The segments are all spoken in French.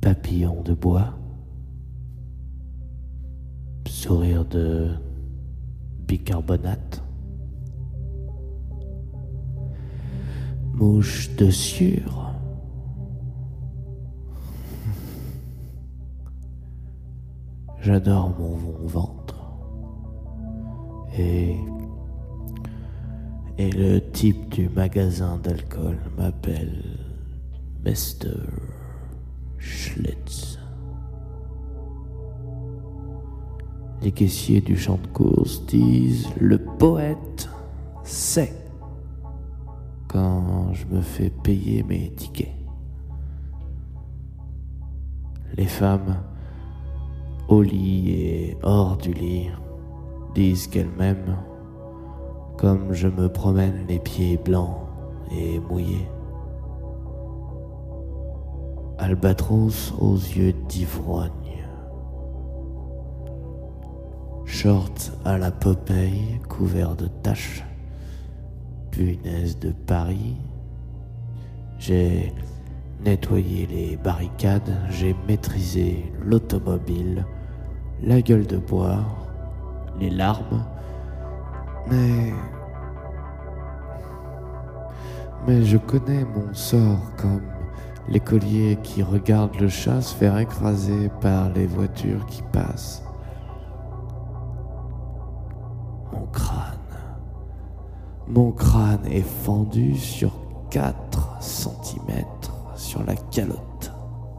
papillon de bois, sourire de bicarbonate, mouche de suure, j'adore mon ventre et le type du magasin d'alcool m'appelle Mr. Schlitz. Les caissiers du champ de course disent « Le poète sait » quand je me fais payer mes tickets. Les femmes, au lit et hors du lit, disent qu'elles m'aiment comme je me promène les pieds blancs et mouillés. Albatros aux yeux d'ivrogne, short à la Popeye couvert de taches, punaise de Paris. J'ai nettoyé les barricades, j'ai maîtrisé l'automobile, la gueule de bois, les larmes, mais je connais mon sort comme l'écolier qui regarde le chat se faire écraser par les voitures qui passent. Mon crâne est fendu sur 4 centimètres sur la calotte.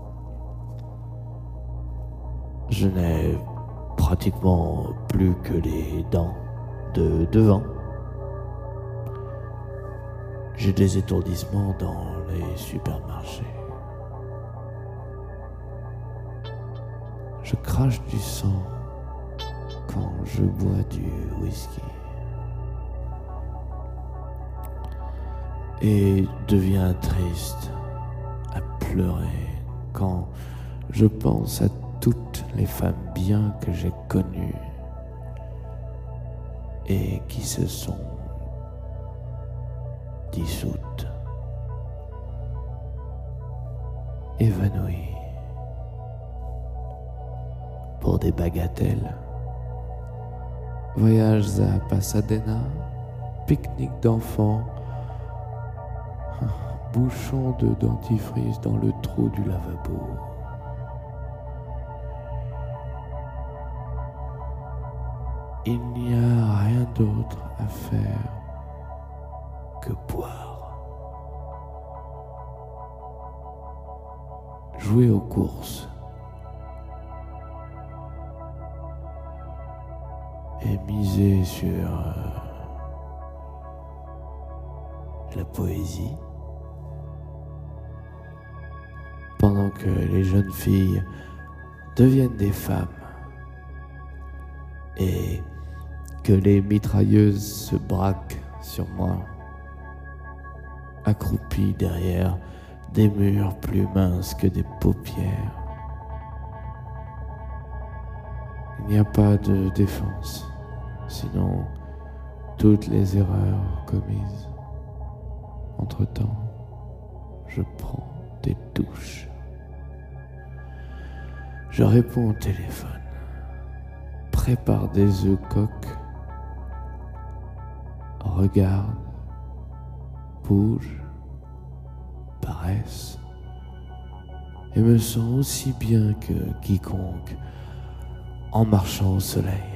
Je n'ai pratiquement plus que les dents de devant. J'ai des étourdissements dans les supermarchés. Je crache du sang quand je bois du whisky. Et deviens triste à pleurer quand je pense à toutes les femmes bien que j'ai connues et qui se sont dissoutes, évanouies pour des bagatelles. Voyages à Pasadena, pique-nique d'enfants, bouchon de dentifrice dans le trou du lavabo. Il n'y a rien d'autre à faire que boire. Jouer aux courses. Et miser sur la poésie. Pendant que les jeunes filles deviennent des femmes et que les mitrailleuses se braquent sur moi, accroupies derrière des murs plus minces que des paupières. Il n'y a pas de défense, sinon toutes les erreurs commises. Entre-temps, je prends des douches. Je réponds au téléphone, prépare des œufs coques, regarde, bouge, paresse, et me sens aussi bien que quiconque en marchant au soleil.